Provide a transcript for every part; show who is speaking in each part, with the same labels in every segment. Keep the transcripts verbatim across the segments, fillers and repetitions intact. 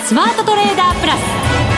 Speaker 1: スマートトレーダープラス。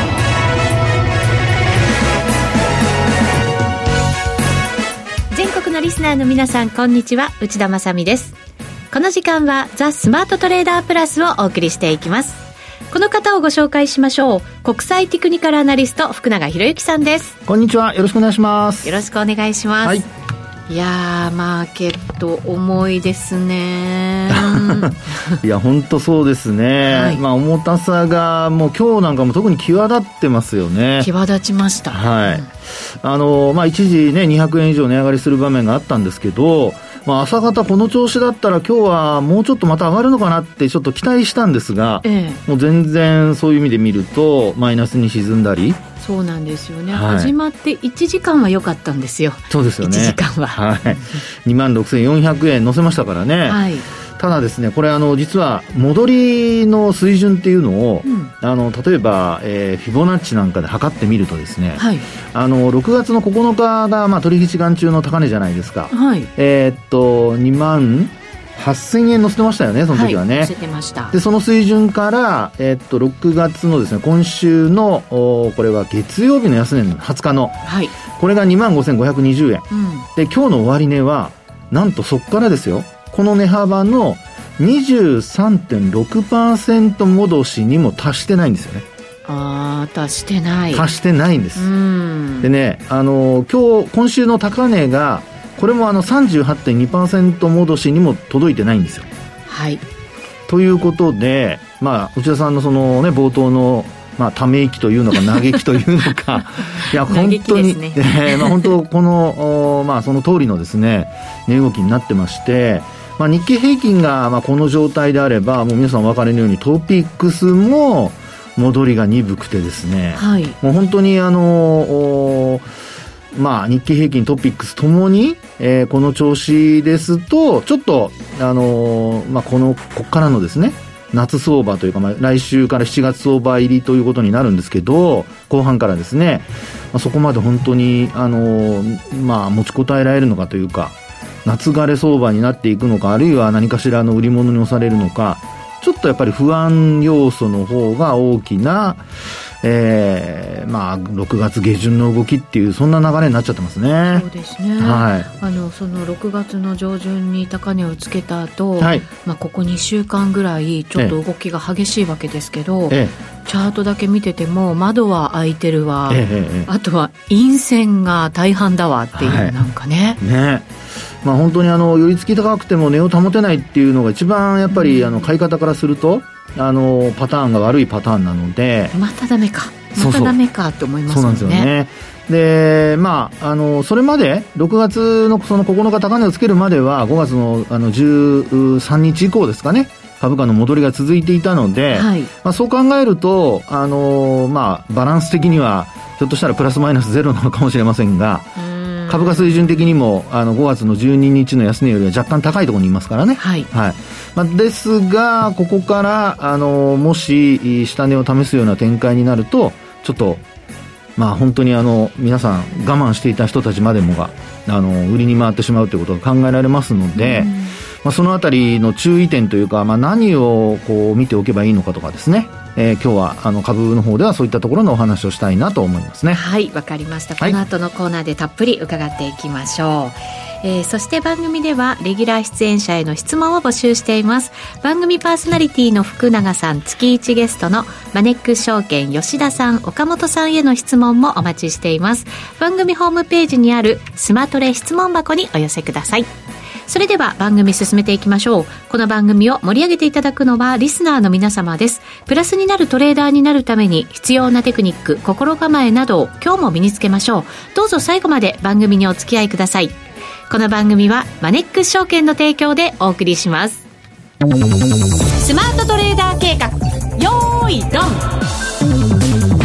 Speaker 1: 全国のリスナーの皆さん、こんにちは、内田まさみです。この時間はザ・スマートトレーダープラスをお送りしていきます。この方をご紹介しましょう。国際テクニカルアナリスト福永博之さんです。
Speaker 2: こんにちは、よろしくお願いします。
Speaker 1: よろしくお願いします、はい。いやー、マーケット重いですね
Speaker 2: いや本当そうですね、はい。まあ、重たさがもう今日なんかも特に際立ってますよね。
Speaker 1: 際立ちました、
Speaker 2: はい。うん、あのまあ、一時ねにひゃくえん以上値上がりする場面があったんですけど、まあ、朝方この調子だったら今日はもうちょっとまた上がるのかなってちょっと期待したんですが、ええ、もう全然そういう意味で見るとマイナスに沈んだり。
Speaker 1: そうなんですよね、はい、始まっていちじかんは良かったんですよ。
Speaker 2: そうですよね、
Speaker 1: いちじかんは、
Speaker 2: はい、にまんろくせんよんひゃくえん乗せましたからね、はい。ただですね、これあの実は戻りの水準っていうのを、うん、あの例えば、えー、フィボナッチなんかで測ってみるとですね、はい、あのろくがつのここのかが、まあ、取引時間中の高値じゃないですか、はい。えー、っとにまんはっせんえん乗せてましたよね、その時はね、はい、乗せてました。でその水準から、えー、っとろくがつのですね、今週のこれは月曜日の安値のはつかの、はい、これが にまんごせんごひゃくにじゅうえん、うん、で今日の終値はなんとそこからですよ、この値幅の にじゅうさんてんろくパーセント 戻しにも達してないんですよね。
Speaker 1: あー、達してない
Speaker 2: 達してないんです。うん、でね、あの今日今週の高値がこれもあの さんじゅうはちてんにパーセント 戻しにも届いてないんですよ。はい。ということで、まあ、内田さんのそのね冒頭のまあ、ため息というのか嘆きというのかいや本当に、ねえーまあ、本当この、まあ、その通りのですね値動きになってまして、まあ、日経平均がまあこの状態であればもう皆さんお分かりのようにトピックスも戻りが鈍くてですね、はい、もう本当にあのまあ、日経平均トピックスともに、えー、この調子ですとちょっと、あのーまあ、このここからのですね夏相場というか、まあ、来週からしちがつ相場入りということになるんですけど、後半からですね、まあ、そこまで本当に、あのーまあ、持ちこたえられるのかというか、夏枯れ相場になっていくのか、あるいは何かしらの売り物に押されるのか、ちょっとやっぱり不安要素の方が大きな、えー、まあろくがつ下旬の動きっていうそんな流れになっちゃってますね。
Speaker 1: そうですね、はい。あのそのろくがつの上旬に高値をつけた後、はい、まあ、ここにしゅうかんぐらいちょっと動きが激しいわけですけど、ええ、チャートだけ見てても窓は開いてるわ、ええ、あとは陰線が大半だわっていう、はい、なんかね、
Speaker 2: ね、まあ、本当にあの寄り付き高くても値を保てないっていうのが一番やっぱり、うん、あの買い方からするとあのパターンが悪いパターンなので、
Speaker 1: またダメかまたダメかって思いますよね。
Speaker 2: そうなんですよね。で、まあ、あのそれまでろくがつのそのここのか高値をつけるまではごがつ の, あのじゅうさんにち以降ですかね、株価の戻りが続いていたので、はい、まあ、そう考えるとあの、まあ、バランス的にはひょっとしたらプラスマイナスゼロなのかもしれませんが、株価水準的にもあのごがつのじゅうににちの安値よりは若干高いところにいますからね、はいはい。まあ、ですがここからあのもし下値を試すような展開になるとちょっと、まあ、本当にあの皆さん我慢していた人たちまでもがあの売りに回ってしまうということが考えられますので、まあ、そのあたりの注意点というか、まあ、何をこう見ておけばいいのかとかですね、えー、今日はあの株の方ではそういったところのお話をしたいなと思いますね。
Speaker 1: はい、わかりました。この後のコーナーでたっぷり伺っていきましょう。えー、そして番組ではレギュラー出演者への質問を募集しています。番組パーソナリティの福永さん、月いちゲストのマネックス証券吉田さん、岡本さんへの質問もお待ちしています。番組ホームページにあるスマトレ質問箱にお寄せください。それでは番組進めていきましょう。この番組を盛り上げていただくのはリスナーの皆様です。プラスになるトレーダーになるために必要なテクニック、心構えなどを今日も身につけましょう。どうぞ最後まで番組にお付き合いください。この番組はマネックス証券の提供でお送りします。スマートトレーダー計画、よーいドン。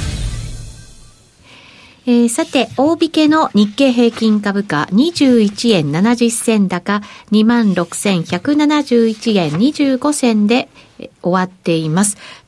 Speaker 1: えー、さて大引けの日経平均株価にじゅういちえんななじゅっせん高 にまんろくせんひゃくななじゅういちえんにじゅうごせんで終わっています。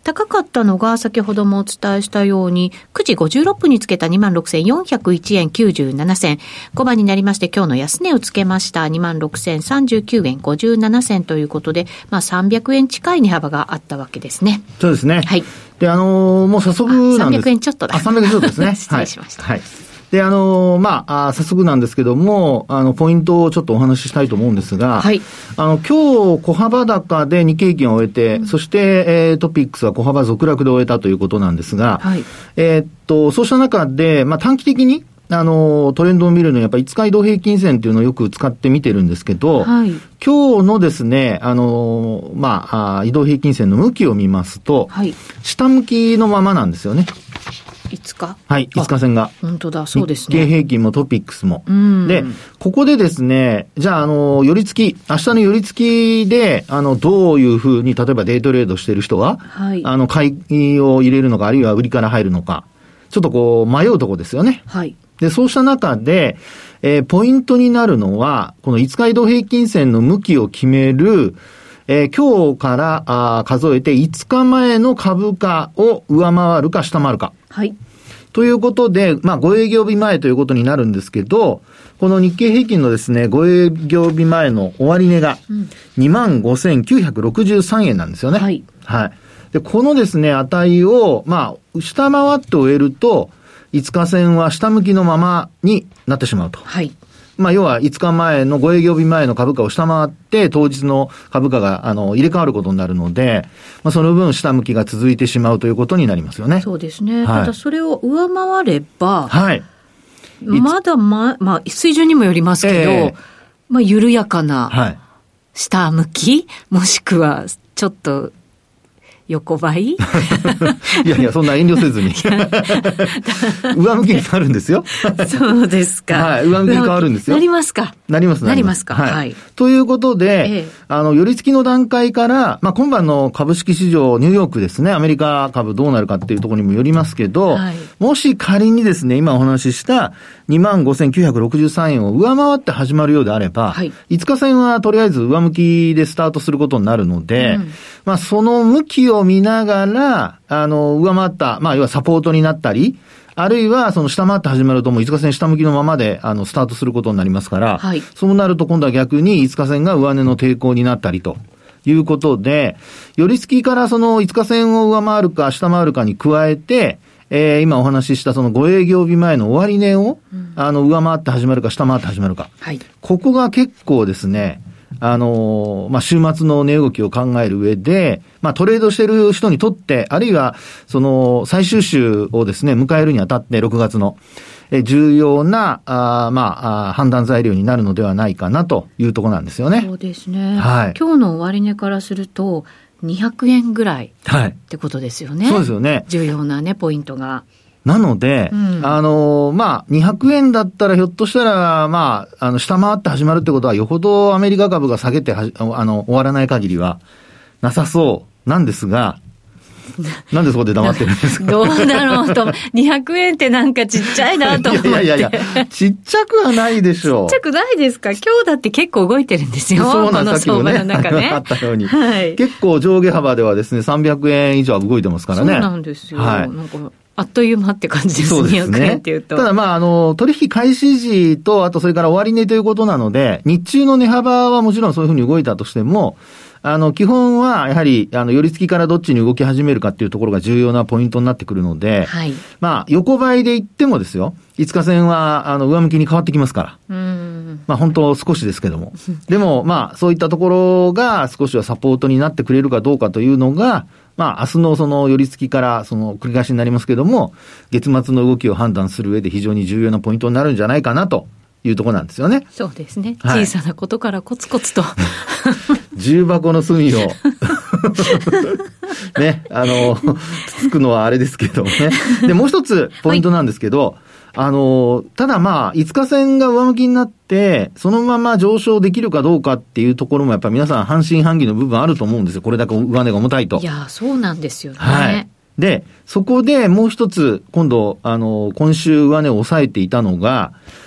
Speaker 1: 高かったのが先ほどもお伝えしたようにくじごじゅうろっぷんにつけた にまんろくせんよんひゃくいちえんきゅうじゅうななせん、ごばになりまして今日の安値をつけました。 にまんろくせんさんじゅうきゅうえんごじゅうななせんということで、まあ、さんびゃくえん近い値幅があったわけですね。
Speaker 2: そうですね。
Speaker 1: はい。
Speaker 2: で、あのー、もう早速なんです。
Speaker 1: さんびゃくえんちょっとだ。
Speaker 2: あ、さんびゃくえんちょっとですね。
Speaker 1: 失礼しました。
Speaker 2: はい。はい、で、あのー、まあ、あ早速なんですけども、あの、ポイントをちょっとお話ししたいと思うんですが、はい。あの、今日、小幅高で日経平均を終えて、うん、そして、えー、トピックスは小幅続落で終えたということなんですが、はい。えー、っと、そうした中で、まあ、短期的に、あの、トレンドを見るのにやっぱりいつか移動平均線っていうのをよく使って見てるんですけど、はい。今日のですね、あの、まあ、あ移動平均線の向きを見ますと、はい。下向きのままなんですよね。
Speaker 1: いつか
Speaker 2: はい、いつか線が。
Speaker 1: 本当だ、そうですね。
Speaker 2: 日経平均もトピックスも。うん。で、ここでですね、じゃあ、あの、寄り付き、明日の寄り付きで、あの、どういうふうに、例えばデイトレードしている人は、はい。あの、買いを入れるのか、あるいは売りから入るのか、ちょっとこう、迷うとこですよね。はい。で、そうした中で、えー、ポイントになるのは、このいつか移動平均線の向きを決める、えー、今日からあ数えていつかまえの株価を上回るか下回るか。はい。ということで、まあ、ご営業日前ということになるんですけど、この日経平均のですね、ご営業日前の終値が にまんごせんきゅうひゃくろくじゅうさんえんなんですよね。はい。はい。で、このですね、値を、まあ、下回って終えると、いつか線は下向きのままになってしまうと。はい。まあ、要はいつかまえのご営業日前の株価を下回って、当日の株価が、あの、入れ替わることになるので、まあ、その分下向きが続いてしまうということになりますよね。
Speaker 1: そうですね。はい、ただ、それを上回れば、はい。まだま、まあ、水準にもよりますけど、えー、まあ、緩やかな、下向き、はい、もしくは、ちょっと、横ばいい
Speaker 2: やいや、そんな遠慮せずに。上向きになるんですよ。
Speaker 1: そうですか。
Speaker 2: はい。上向きに変わるんですよ。
Speaker 1: なりますか。
Speaker 2: なります、
Speaker 1: なりますか。
Speaker 2: はい。はい、ということで、ええ、あの、寄り付きの段階から、まあ、今晩の株式市場、ニューヨークですね、アメリカ株どうなるかっていうところにもよりますけど、はい、もし仮にですね、今お話しした にまんごせんきゅうひゃくろくじゅうさんえんを上回って始まるようであれば、はい、いつか線はとりあえず上向きでスタートすることになるので、うん、まあ、その向きを見ながら、あの、上回った、まあ、要はサポートになったり、あるいは、その下回って始まるともういつか線下向きのままで、あの、スタートすることになりますから、はい、そうなると今度は逆にいつか線が上値の抵抗になったりということで、寄り付きからそのいつか線を上回るか下回るかに加えて、えー、今お話ししたそのご営業日前の終値を、うん、あの、上回って始まるか下回って始まるか。はい、ここが結構ですね、あの、まあ、週末の値動きを考える上で、まあ、トレードしてる人にとって、あるいは、その、最終週をですね、迎えるにあたって、ろくがつの、え、重要な、あまあ、判断材料になるのではないかなというところなんですよね。
Speaker 1: そうですね。はい。今日の終値からすると、にひゃくえんぐらい。はい。ってことですよね。
Speaker 2: そうですよね。
Speaker 1: 重要なね、ポイントが。
Speaker 2: なので、うん、あの、まあ、にひゃくえんだったらひょっとしたら、まあ、あの、下回って始まるってことは、よほどアメリカ株が下げては、あの、終わらない限りは、なさそうなんですが、なんでそこで黙ってるんですか
Speaker 1: どうだろうと、にひゃくえんってなんかちっちゃいなと思って。いやいやいや、
Speaker 2: ちっちゃくはないでしょう。
Speaker 1: ちっちゃくないですか。今日だって結構動いてるんですよ。
Speaker 2: そうなんです、
Speaker 1: この相場の中ね。
Speaker 2: あったように、はい。結構上下幅ではですね、さんびゃくえん以上は動いてますからね。
Speaker 1: そうなんですよ。はい。なんかあっという間って感じですね。そうですね。にひゃくえんっていうと。
Speaker 2: ただまあ、あの、取引開始時と、あとそれから終値ということなので、日中の値幅はもちろんそういうふうに動いたとしても、あの、基本は、やはり、あの、寄り付きからどっちに動き始めるかっていうところが重要なポイントになってくるので、はい。まあ、横ばいで言ってもですよ、いつか線は、あの、上向きに変わってきますから。うん。まあ、本当少しですけども。でも、まあ、そういったところが少しはサポートになってくれるかどうかというのが、まあ、明日のその寄り付きから、その繰り返しになりますけども、月末の動きを判断する上で非常に重要なポイントになるんじゃないかなというところなんですよね。
Speaker 1: そうですね。はい、小さなことからコツコツと。
Speaker 2: 重箱の隅を、ね、あの、つつくのはあれですけどもね。で、もう一つポイントなんですけど、はい、あの、ただまあ、いつか線が上向きになって、そのまま上昇できるかどうかっていうところもやっぱり皆さん半信半疑の部分あると思うんですよ。これだけ上値が重たいと。
Speaker 1: いや、そうなんですよね。
Speaker 2: はい。で、そこでもう一つ、今度、あの、今週上値を抑えていたのが、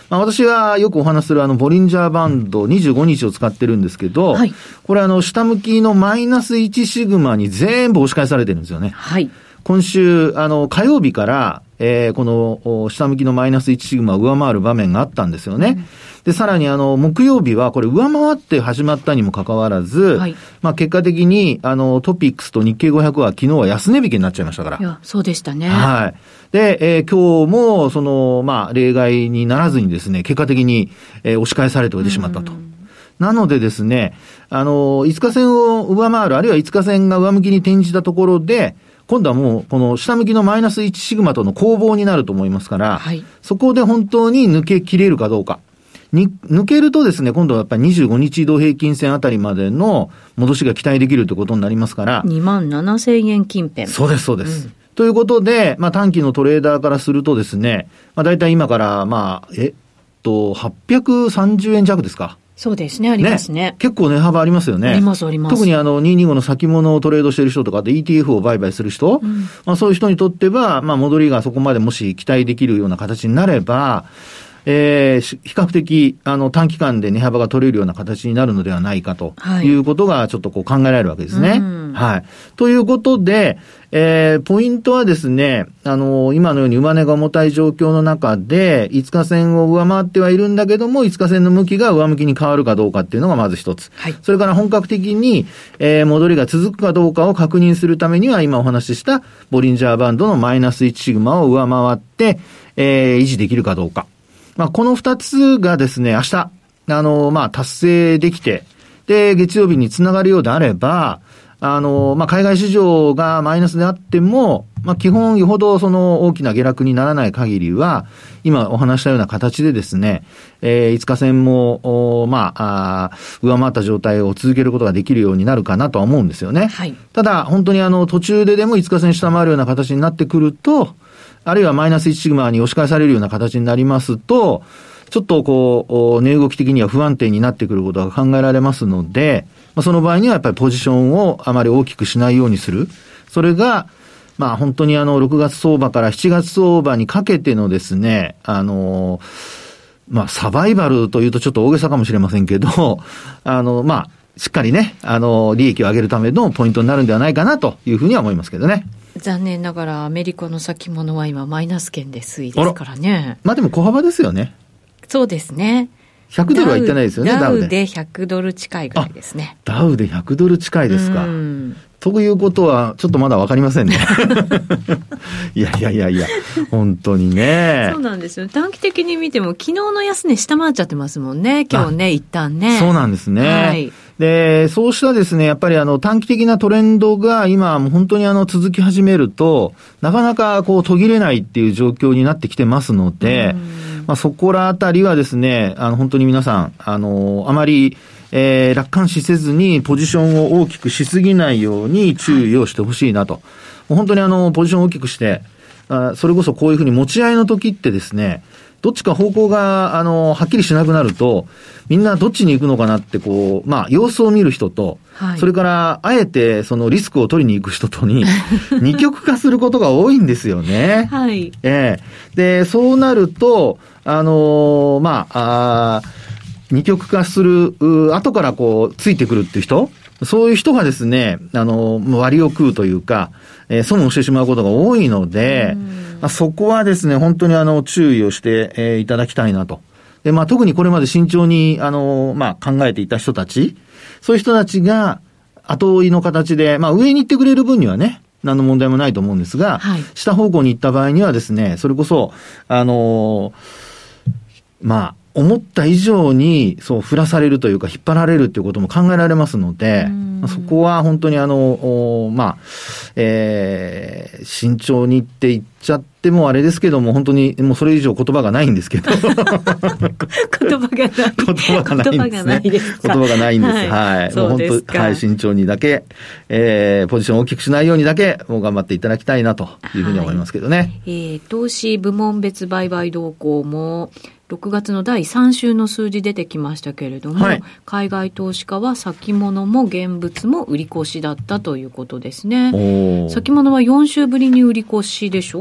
Speaker 2: まあ、私がよくお話するあのボリンジャーバンドにじゅうごにちを使ってるんですけど、はい、これあの下向きのマイナスいちシグマに全部押し返されてるんですよね。
Speaker 1: はい。
Speaker 2: 今週あの火曜日から、えー、この下向きのマイナスいちシグマを上回る場面があったんですよね。うん、でさらにあの木曜日はこれ上回って始まったにもかかわらず、はい、まあ結果的にあのトピックスと日経ごひゃくは昨日は安値引けになっちゃいましたから。
Speaker 1: いやそうでしたね。
Speaker 2: はい。で、えー、今日もそのまあ例外にならずにですね、結果的に、えー、押し返されておいてしまったと。なのでですね、あのいつか線を上回る、あるいはいつか線が上向きに転じたところで、今度はもうこの下向きのマイナスいちシグマとの攻防になると思いますから、はい、そこで本当に抜け切れるかどうか。に、抜けるとですね、今度はやっぱりにじゅうごにち移動平均線あたりまでの戻しが期待できるということになりますから。
Speaker 1: にまんななせんえん近辺。
Speaker 2: そうです、そうです。うん、ということで、まあ短期のトレーダーからするとですね、まあ大体今から、まあ、えっと、はっぴゃくさんじゅうえん弱ですか。
Speaker 1: そうですね、ありますね。
Speaker 2: ね、結構値幅ありますよね。
Speaker 1: あります、あります。
Speaker 2: 特にあの、にひゃくにじゅうごの先物をトレードしている人とかで イーティーエフ を売買する人、うん、まあそういう人にとっては、まあ戻りがそこまでもし期待できるような形になれば、えー、比較的、あの、短期間で値幅が取れるような形になるのではないかということがちょっとこう考えられるわけですね。はい。はい、ということで、えー、ポイントはですね、あの、今のように上値が重たい状況の中で、いつか線を上回ってはいるんだけども、いつか線の向きが上向きに変わるかどうかっていうのがまず一つ。はい。それから本格的に、えー、戻りが続くかどうかを確認するためには、今お話ししたボリンジャーバンドのマイナスいちシグマを上回って、えー、維持できるかどうか。まあ、この二つがですね、明日、あの、まあ、達成できて、で、月曜日につながるようであれば、あの、まあ、海外市場がマイナスであっても、まあ、基本よほどその大きな下落にならない限りは、今お話したような形でですね、えー、いつか線も、まあ、あ上回った状態を続けることができるようになるかなとは思うんですよね。はい。ただ、本当にあの、途中ででもいつか線下回るような形になってくると、あるいはマイナスいちシグマに押し返されるような形になりますと、ちょっとこう、値動き的には不安定になってくることが考えられますので、まあ、その場合にはやっぱりポジションをあまり大きくしないようにする。それが、まあ本当にあの、ろくがつ相場からしちがつ相場にかけてのですね、あの、まあサバイバルというとちょっと大げさかもしれませんけど、あの、まあ、しっかりね、あの、利益を上げるためのポイントになるんではないかなというふうには思いますけどね。
Speaker 1: 残念ながらアメリカの先物は今マイナス圏で推移ですからね。
Speaker 2: まあでも小幅ですよね。
Speaker 1: そうですね。
Speaker 2: ひゃくドルはいってないですよね、
Speaker 1: ダウで。ダウでひゃくドル近いぐらいですね。
Speaker 2: ダウでひゃくドル近いですか。ということは、ちょっとまだわかりませんね。いやいやいやいや、本当にね。
Speaker 1: そうなんですよ。短期的に見ても、昨日の安値下回っちゃってますもんね、今日ね、一旦ね。
Speaker 2: そうなんですね。はい。で、そうしたですね、やっぱりあの短期的なトレンドが今もう本当にあの続き始めると、なかなかこう途切れないっていう状況になってきてますので、まあそこらあたりはですね、あの本当に皆さん、あの、あまり、えー、楽観視せずにポジションを大きくしすぎないように注意をしてほしいなと。もう本当にあの、ポジションを大きくして、あそれこそこういうふうに持ち合いの時ってですね、どっちか方向が、あの、はっきりしなくなると、みんなどっちに行くのかなって、こう、まあ、様子を見る人と、はい、それから、あえて、そのリスクを取りに行く人とに、二極化することが多いんですよね。
Speaker 1: はい。
Speaker 2: ええ。で、そうなると、あのー、まあ、あ二極化する、後からこう、ついてくるっていう人、そういう人がですね、あの、割を食うというか、えー、損をしてしまうことが多いので、まあ、そこはですね、本当にあの、注意をして、えー、いただきたいなと。で、まあ、特にこれまで慎重に、あの、まあ、考えていた人たち、そういう人たちが、後追いの形で、まあ、上に行ってくれる分にはね、何の問題もないと思うんですが、はい、下方向に行った場合にはですね、それこそ、あの、まあ、思った以上に、そう、振らされるというか、引っ張られるということも考えられますので、そこは本当にあの、まあ、えー、慎重にって言っちゃってもあれですけども、本当にもうそれ以上言葉がないんですけど。言葉がない。
Speaker 1: 言葉がないんですね。言
Speaker 2: 葉がないんです。はい。はい、もう本当、はい、慎重にだけ、えー、ポジションを大きくしないようにだけ、もう頑張っていただきたいなというふうに思いますけどね。はい、
Speaker 1: えー、投資部門別売買動向も、ろくがつのだいさん週の数字出てきましたけれども、はい、海外投資家は先物も現物も売り越しだったということですね。先物はよん週ぶりに売り越しでしょ。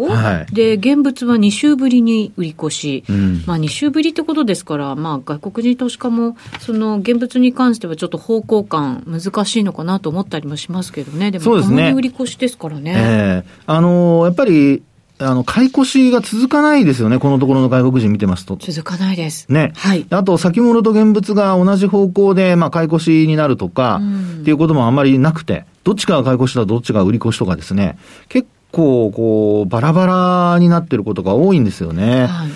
Speaker 1: はい、で現物はに週ぶりに売り越し、うん、まあ、に週ぶりってことですから、まあ、外国人投資家もその現物に関してはちょっと方向感難しいのかなと思ったりもしますけどね。でもともに売り越しですからね。
Speaker 2: えー、あのー、やっぱりあの、買い越しが続かないですよね。このところの外国人見てますと。
Speaker 1: 続かないです。
Speaker 2: ね。はい。あと、先物と現物が同じ方向で、まあ、買い越しになるとか、っていうこともあまりなくて、どっちかが買い越しだ、どっちかが売り越しとかですね。結構、こう、バラバラになってることが多いんですよね。はい。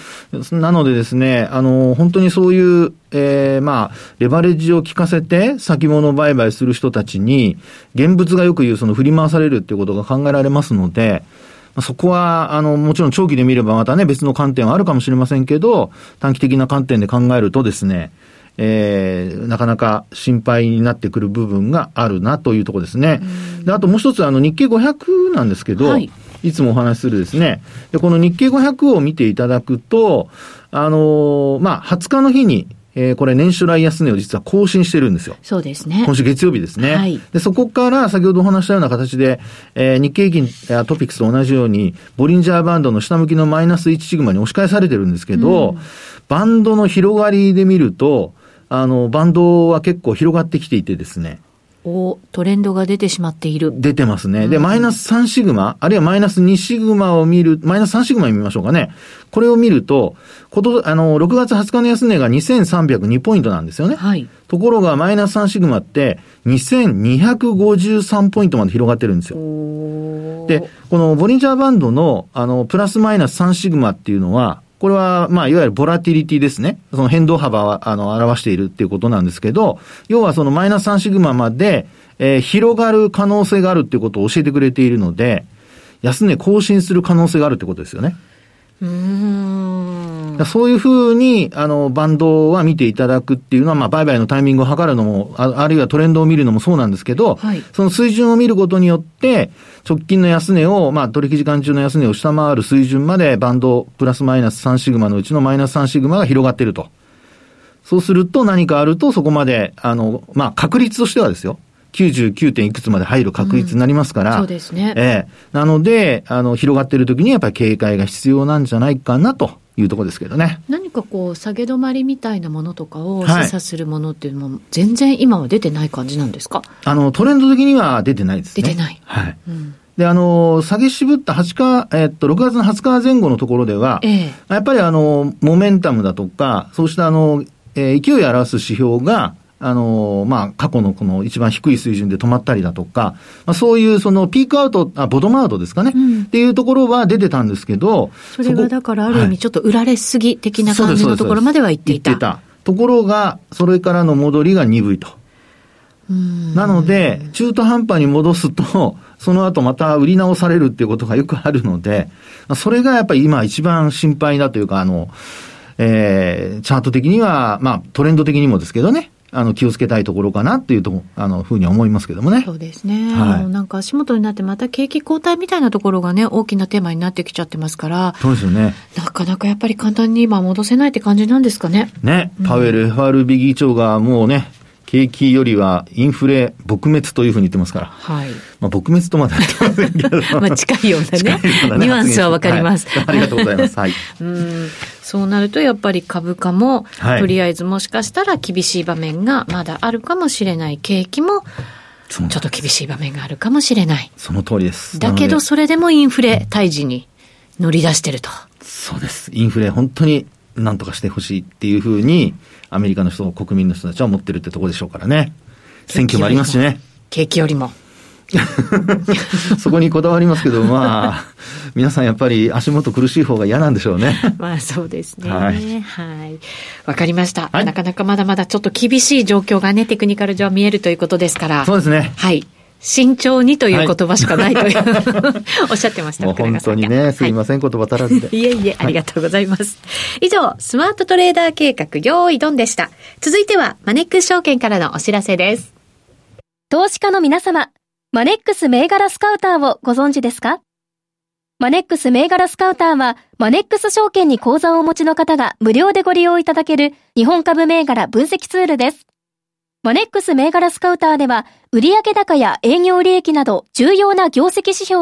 Speaker 2: なのでですね、あの、本当にそういう、えー、まあ、レバレッジを効かせて、先物売買する人たちに、現物がよく言う、その振り回されるっていうことが考えられますので、そこは、あの、もちろん長期で見ればまたね、別の観点はあるかもしれませんけど、短期的な観点で考えるとですね、えー、なかなか心配になってくる部分があるなというところですね。で、あともう一つ、あの、日経ごひゃくなんですけど、はい、いつもお話しするですね、で、この日経ごひゃくを見ていただくと、あの、まあ、はつかの日に、えー、これ年初来安値を実は更新してるんですよ。
Speaker 1: そうですね。
Speaker 2: 今週月曜日ですね。はい。で、そこから先ほどお話したような形で、えー、日経平均トピックスと同じように、ボリンジャーバンドの下向きのマイナスいちシグマに押し返されてるんですけど、うん、バンドの広がりで見ると、あの、バンドは結構広がってきていてですね。
Speaker 1: お、トレンドが出てしまっている。
Speaker 2: 出てますね。で、うん、マイナスさんシグマ、あるいはマイナスにシグマを見る、マイナスさんシグマを見ましょうかね。これを見ると、こと、あの、ろくがつはつかの安値がにせんさんびゃくにポイントなんですよね。はい。ところが、マイナスさんシグマって、にせんにひゃくごじゅうさんポイントまで広がってるんですよ。で、このボリンジャーバンドの、あの、プラスマイナスさんシグマっていうのは、これは、まあ、いわゆるボラティリティですね。その変動幅は、あの、表しているっていうことなんですけど、要はそのマイナスさんシグマまで、えー、広がる可能性があるっていうことを教えてくれているので、安値更新する可能性があるってことですよね。うーん。そういうふうに、あの、バンドは見ていただくっていうのは、まあ、売買のタイミングを測るのも、あ, あるいはトレンドを見るのもそうなんですけど、はい、その水準を見ることによって、直近の安値を、まあ、取引時間中の安値を下回る水準まで、バンド、プラスマイナスさんシグマのうちのマイナスさんシグマが広がっていると。そうすると何かあると、そこまで、あの、まあ、確率としてはですよ。きゅうじゅうきゅうてんいくつまで入る確率になりますから。うん、
Speaker 1: そうですね。
Speaker 2: ええー。なので、あの、広がっている時にやっぱり警戒が必要なんじゃないかなというところですけどね。
Speaker 1: 何かこう、下げ止まりみたいなものとかを示唆するものっていうのも、全然今は出てない感じなんですか？
Speaker 2: あの、トレンド的には出てないですね。
Speaker 1: 出てない。
Speaker 2: はい。うん、で、あの、下げ渋ったはちか、えっと、ろくがつのはつか前後のところでは、ええ、やっぱりあの、モメンタムだとか、そうしたあの、えー、勢いを表す指標が、あのー、まあ、過去のこの一番低い水準で止まったりだとか、まあ、そういうそのピークアウト、あ、ボトムアウトですかね、うん、っていうところは出てたんですけど、
Speaker 1: それはだからある意味ちょっと売られすぎ的な感じのところまでは行っていた。
Speaker 2: 行ってた。ところが、それからの戻りが鈍いと。うーん、なので、中途半端に戻すと、その後また売り直されるっていうことがよくあるので、それがやっぱり今一番心配だというか、あの、えー、チャート的には、まあ、トレンド的にもですけどね、あの、気をつけたいところかなっていうと、あの、ふうに思いますけどもね。
Speaker 1: そうですね。はい、なんか足元になってまた景気後退みたいなところがね、大きなテーマになってきちゃってますから。
Speaker 2: そうですよね。
Speaker 1: なかなかやっぱり簡単に今戻せないって感じなんですかね。
Speaker 2: ね。パウエル エフアールビー 議長がもうね、景気よりはインフレ撲滅というふうに言ってますから。はい。まあ、撲滅とまでは言ってませんけど。
Speaker 1: まあ、近いようなね。なねニュアンスはわかります、
Speaker 2: はい。ありがとうございます。はい。
Speaker 1: うん。そうなるとやっぱり株価も、はい、とりあえずもしかしたら厳しい場面がまだあるかもしれない。景気もちょっと厳しい場面があるかもしれない。
Speaker 2: その通りです。
Speaker 1: だけどそれでもインフレ退治に乗り出してると。
Speaker 2: そうです。インフレ本当に何とかしてほしいっていうふうにアメリカの人、国民の人たちは思ってるってところでしょうからね。選挙もありますしね。
Speaker 1: 景気よりも。
Speaker 2: そこにこだわりますけど、まあ、皆さんやっぱり足元苦しい方が嫌なんでしょうね。
Speaker 1: まあそうですね。はい。はい。わかりました、はい。なかなかまだまだちょっと厳しい状況がね、テクニカル上見えるということですから。
Speaker 2: そうですね。
Speaker 1: はい。慎重にという言葉しかないという、はい、おっしゃってました。
Speaker 2: もう本当にね、すいません、はい、言葉足らずで。
Speaker 1: いえいえ、ありがとうございます。はい、以上、スマートトレーダー計画、用意ドンでした。続いては、マネックス証券からのお知らせです。
Speaker 3: 投資家の皆様、マネックス銘柄スカウターをご存知ですか？マネックス銘柄スカウターは、マネックス証券に口座をお持ちの方が無料でご利用いただける日本株銘柄分析ツールです。マネックス銘柄スカウターでは、売上高や営業利益など重要な業績指標を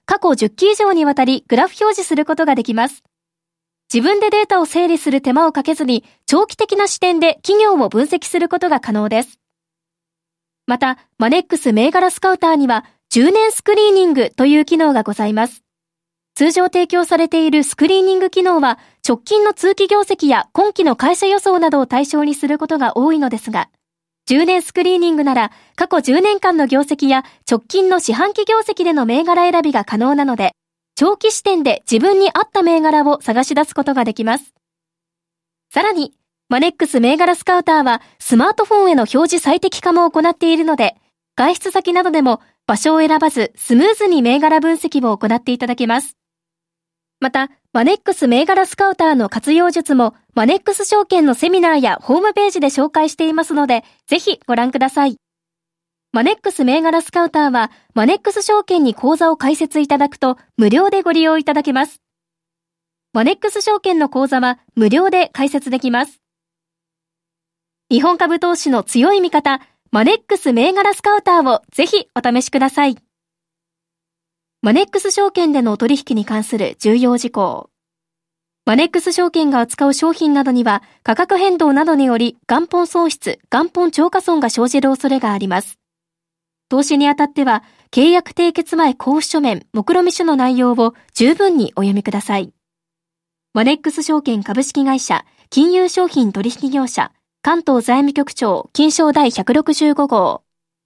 Speaker 3: 過去じゅっき以上にわたりグラフ表示することができます。自分でデータを整理する手間をかけずに、長期的な視点で企業を分析することが可能です。また、マネックス銘柄スカウターには、じゅうねんスクリーニングという機能がございます。通常提供されているスクリーニング機能は、直近の通期業績や今期の会社予想などを対象にすることが多いのですが、じゅうねんスクリーニングなら、過去じゅうねんかんの業績や直近の四半期業績での銘柄選びが可能なので、長期視点で自分に合った銘柄を探し出すことができます。さらに、マネックス銘柄スカウターはスマートフォンへの表示最適化も行っているので、外出先などでも場所を選ばずスムーズに銘柄分析を行っていただけます。また、マネックス銘柄スカウターの活用術もマネックス証券のセミナーやホームページで紹介していますので、ぜひご覧ください。マネックス銘柄スカウターは、マネックス証券に口座を開設いただくと無料でご利用いただけます。マネックス証券の口座は無料で開設できます。日本株投資の強い味方、マネックス銘柄スカウターをぜひお試しください。マネックス証券での取引に関する重要事項。マネックス証券が扱う商品などには価格変動などにより元本損失、元本超過損が生じる恐れがあります。投資にあたっては、契約締結前交付書面、目論見書の内容を十分にお読みください。マネックス証券株式会社、金融商品取引業者、関東財務局長、金商第ひゃくろくじゅうご号。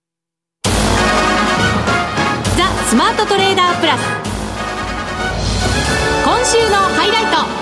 Speaker 1: ザ・スマートトレーダープラス。今週のハイライト。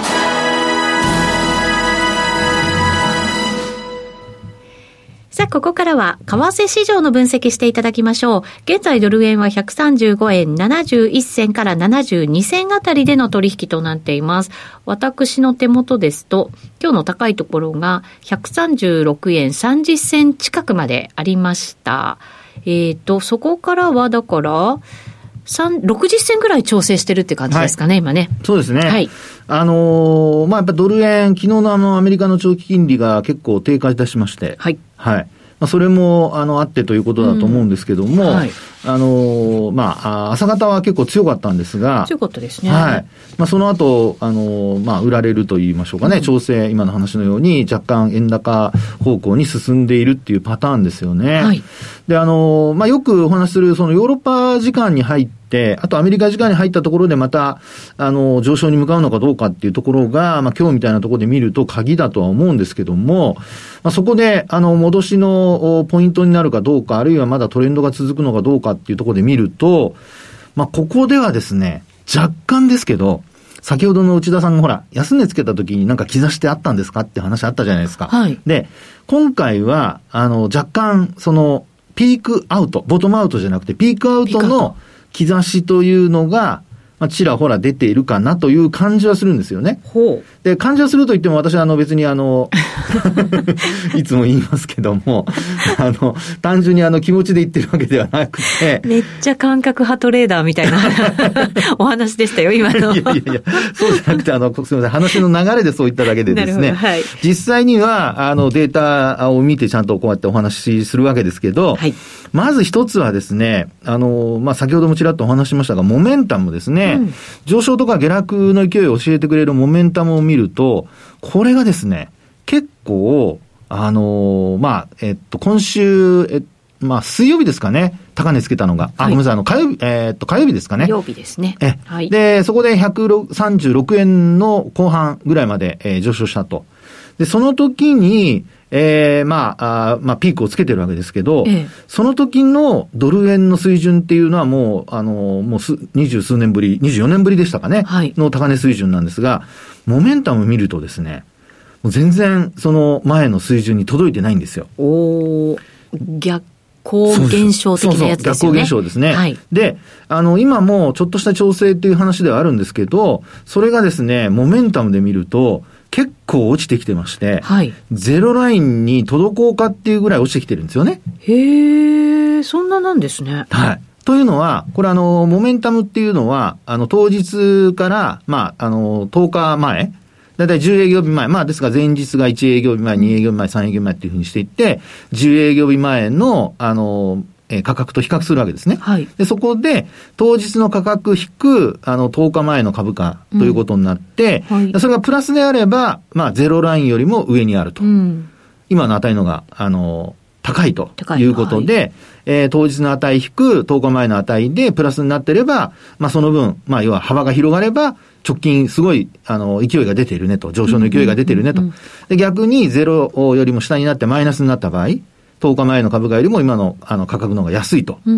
Speaker 1: さあ、ここからは為替市場の分析していただきましょう。現在ドル円はひゃくさんじゅうごえんななじゅういっせんからななじゅうにせんあたりでの取引となっています。私の手元ですと、今日の高いところがひゃくさんじゅうろくえんさんじゅっせん近くまでありました。えっと、そこからはだから、ろくじゅっせんぐらい調整してるって感じですかね、はい、今ね。
Speaker 2: そうですね。
Speaker 1: はい。
Speaker 2: あのー、まあ、やっぱドル円、昨日のあのアメリカの長期金利が結構低下いたしまして。
Speaker 1: はい。
Speaker 2: はい。まあ、それも、あの、あってということだと思うんですけども、うん、はい。あのー、まあ、朝方は結構強かったんですが。
Speaker 1: 強かったですね。
Speaker 2: はい。まあ、その後、あのー、まあ、売られると言いましょうかね、うん、調整、今の話のように若干円高方向に進んでいるっていうパターンですよね。はい。で、あのー、まあ、よくお話しする、そのヨーロッパ時間に入って、あとアメリカ時間に入ったところでまた、あの、上昇に向かうのかどうかっていうところが、まあ、今日みたいなところで見ると鍵だとは思うんですけども、まあ、そこで、あの、戻しのポイントになるかどうか、あるいはまだトレンドが続くのかどうかっていうところで見ると、まあ、ここではですね、若干ですけど、先ほどの内田さんがほら、安値つけた時になんか兆しってあったんですかって話あったじゃないですか。はい。で、今回は、あの、若干、その、ピークアウト、ボトムアウトじゃなくて、ピークアウトの兆しというのが、まあ、ちらほら出ているかなという感じはするんですよね。
Speaker 1: ほう。
Speaker 2: で、感じはすると言っても私はあの別にあの、いつも言いますけども、あの、単純にあの気持ちで言ってるわけではなくて。
Speaker 1: めっちゃ感覚派トレーダーみたいなお話でしたよ、今の。
Speaker 2: いやいやいや、そうじゃなくて、あの、すみません、話の流れでそう言っただけでですね。はい、実際には、あの、データを見てちゃんとこうやってお話しするわけですけど、はい、まず一つはですね、あの、まあ、先ほどもちらっとお話しましたが、モメンタムですね。うん、上昇とか下落の勢いを教えてくれるモメンタムを見ると、これがですね、結構、あのー、まあ、えっと、今週、えまあ、水曜日ですかね、高値つけたのが。あ、はい、ごめんなさい、あの、火曜日、えー、っと、火曜日ですかね。
Speaker 1: 火曜日ですね。
Speaker 2: え、はい、で、そこでひゃくさんじゅうろくえんの後半ぐらいまで、えー、上昇したと。で、その時に、えー、まあ、あまあ、ピークをつけてるわけですけど、ええ、その時のドル円の水準っていうのはもう、あの、もうす、二十数年ぶり、二十四年ぶりでしたかね、はい、の高値水準なんですが、モメンタム見るとですね、もう全然その前の水準に届いてないんですよ。
Speaker 1: おー、逆行現象的なやつですよね。
Speaker 2: そうそう、逆行現象ですね。
Speaker 1: はい。
Speaker 2: で、あの、今もちょっとした調整っていう話ではあるんですけど、それがですね、モメンタムで見ると、結構落ちてきてまして、はい、ゼロラインに届こうかっていうぐらい落ちてきてるんですよね。
Speaker 1: へー、そんななんですね。
Speaker 2: はい。というのは、これあの、モメンタムっていうのは、あの、当日から、まあ、あの、とおかまえ、だいたいじゅう営業日前、まあですが前日がいち営業日前、に営業日前、さん営業日前っていうふうにしていって、じゅう営業日前の、あの、 えー、価格と比較するわけですね。
Speaker 1: はい。
Speaker 2: で、そこで、当日の価格引く、あの、とおかまえの株価ということになって、うん、はい、それがプラスであれば、まあ、ゼロラインよりも上にあると。うん、今の値のが、あの、高いということで、はい、えー、当日の値引くとおかまえの値でプラスになってれば、まあ、その分、まあ、要は幅が広がれば、直近すごい、あの、勢いが出ているねと、上昇の勢いが出ているねと。うんうんうん、で、逆にゼロよりも下になってマイナスになった場合、とおかまえの株価よりも今のあの価格の方が安いと。
Speaker 1: うんうんうん、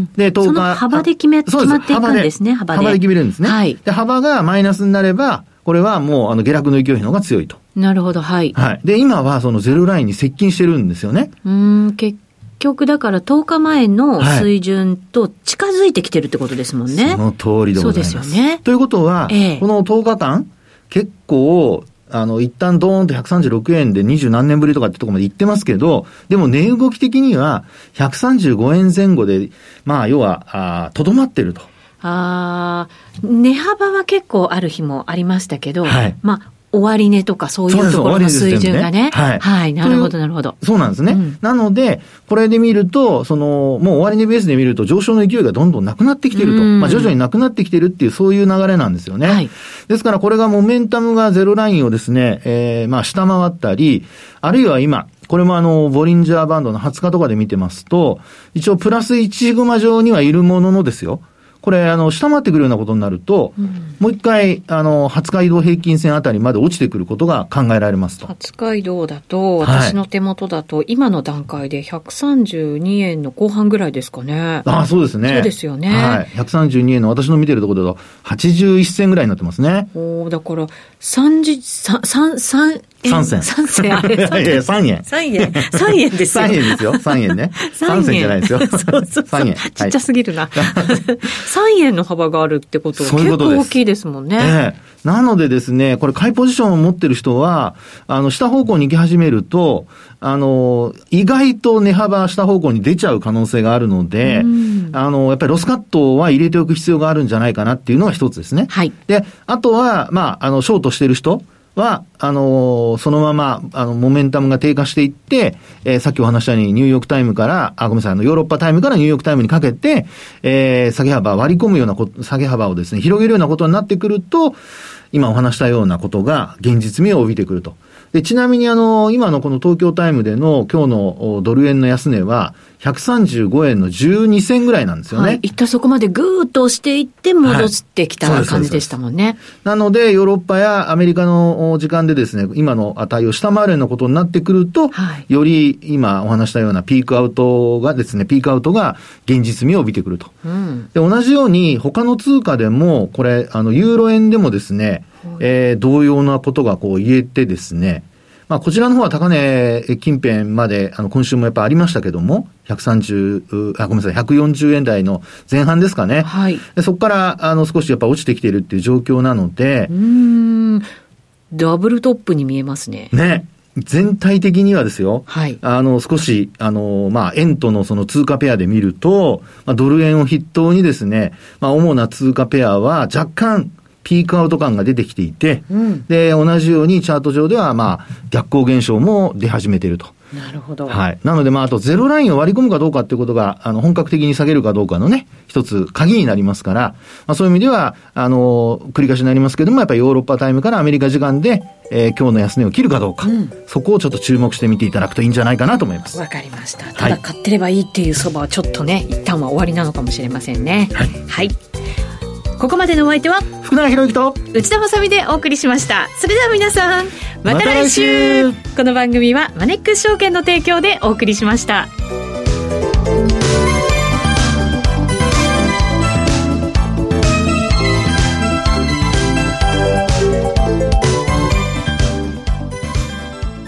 Speaker 1: で、とおか。その幅で決め、決まっていくんですね、幅で。
Speaker 2: 幅で決めるんですね。はい。で、幅がマイナスになれば、これはもうあの下落の勢いの方が強いと。
Speaker 1: なるほど、はい。
Speaker 2: はい。で、今はそのゼロラインに接近してるんですよね。
Speaker 1: うーん、結局だからとおかまえの水準と近づいてきてるってことですもんね。はい、
Speaker 2: その通りでございます。
Speaker 1: そうですよね。
Speaker 2: ということは、ええ、このとおかかん、結構、あの、一旦ドーンとひゃくさんじゅうろくえんで二十何年ぶりとかってところまで行ってますけど、でも値動き的にはひゃくさんじゅうごえんぜん後で、まあ、要は、あ、とどまってると。
Speaker 1: ああ、値幅は結構ある日もありましたけど、はい、まあ、終値とかそういうところの水準がね。ね、はい。はい。なるほど、なるほど。
Speaker 2: そうなんですね。うん、なので、これで見ると、その、もう終値ベースで見ると上昇の勢いがどんどんなくなってきていると。まあ、徐々になくなってきているっていう、そういう流れなんですよね。はい。ですから、これがモメンタムがゼロラインをですね、えー、まあ、下回ったり、あるいは今、これもあの、ボリンジャーバンドのはつかとかで見てますと、一応プラスいちシグマ上にはいるもののですよ。これ、あの、下回ってくるようなことになると、うん、もう一回、あの、はつか移動平均線あたりまで落ちてくることが考えられますと。
Speaker 1: はつか移動だと、私の手元だと、はい、今の段階でひゃくさんじゅうにえんの後半ぐらいですかね。
Speaker 2: ああ、そうですね。
Speaker 1: そうですよね。
Speaker 2: はい。ひゃくさんじゅうにえんの私の見てるところだと、はちじゅういっせんぐらいになってますね。
Speaker 1: おだから、さんじゅう、さん、さん、さん、
Speaker 2: さん銭。
Speaker 1: さん銭あれ。いや
Speaker 2: いや、さんえん。
Speaker 1: さんえん。さんえんですよ。
Speaker 2: さんえんですよ。さんえんね。さん銭じゃないですよ。そうそうそう。さんえん。
Speaker 1: ちっちゃすぎるな。さんえんの幅があるってことは結構大きいですもんね。
Speaker 2: ええ。なのでですね、これ買いポジションを持ってる人は、あの、下方向に行き始めると、あの、意外と値幅下方向に出ちゃう可能性があるので、あの、やっぱりロスカットは入れておく必要があるんじゃないかなっていうのが一つですね。はい。で、あとは、まあ、あの、ショートしてる人は、あのー、そのまま、あの、モメンタムが低下していって、えー、さっきお話したようにニューヨークタイムから、あ、ごめんなさい、あの、ヨーロッパタイムからニューヨークタイムにかけて、えー、下げ幅割り込むようなこと、下げ幅をですね、広げるようなことになってくると、今お話したようなことが現実味を帯びてくると。で、ちなみにあの、今のこの東京タイムでの今日のドル円の安値は、ひゃくさんじゅうごえんのじゅうに銭ぐらいなんですよね。はい。
Speaker 1: 一旦そこまでぐーっと押していって戻ってきた、はい、感じでしたもんね。
Speaker 2: なので、ヨーロッパやアメリカの時間でですね、今の値を下回るようなことになってくると、はい、より今お話したようなピークアウトがですね、ピークアウトが現実味を帯びてくると。うん、で、同じように他の通貨でも、これ、あの、ユーロ円でもですね、はい、えー、同様なことがこう言えてですね、まあ、こちらの方は高値近辺まで、あの、今週もやっぱありましたけども、ひゃくさんじゅう、あ、ごめんなさい、ひゃくよんじゅうえん台の前半ですかね。はい。でそこから、あの、少しやっぱ落ちてきているっていう状況なので。
Speaker 1: うーん。ダブルトップに見えますね。
Speaker 2: ね。全体的にはですよ。はい。あの、少し、あの、まあ、円とのその通貨ペアで見ると、まあ、ドル円を筆頭にですね、まあ、主な通貨ペアは若干、ピークアウト感が出てきていて、うん、で、同じようにチャート上では、まあ、逆行現象も出始めていると。
Speaker 1: なるほど。
Speaker 2: はい。なので、まあ、あと、ゼロラインを割り込むかどうかっていうことが、あの、本格的に下げるかどうかのね、一つ、鍵になりますから、まあ、そういう意味では、あの、繰り返しになりますけども、やっぱりヨーロッパタイムからアメリカ時間で、えー、今日の安値を切るかどうか、うん、そこをちょっと注目してみていただくといいんじゃないかなと思います。
Speaker 1: わかりました。ただ、買ってればいいっていう相場はちょっとね、一旦は終わりなのかもしれませんね。はい。はい。ここまでのお相手は
Speaker 2: 福永博之と
Speaker 1: 内田まさみでお送りしました。それでは皆さんまた来週、また来週。この番組はマネックス証券の提供でお送りしました。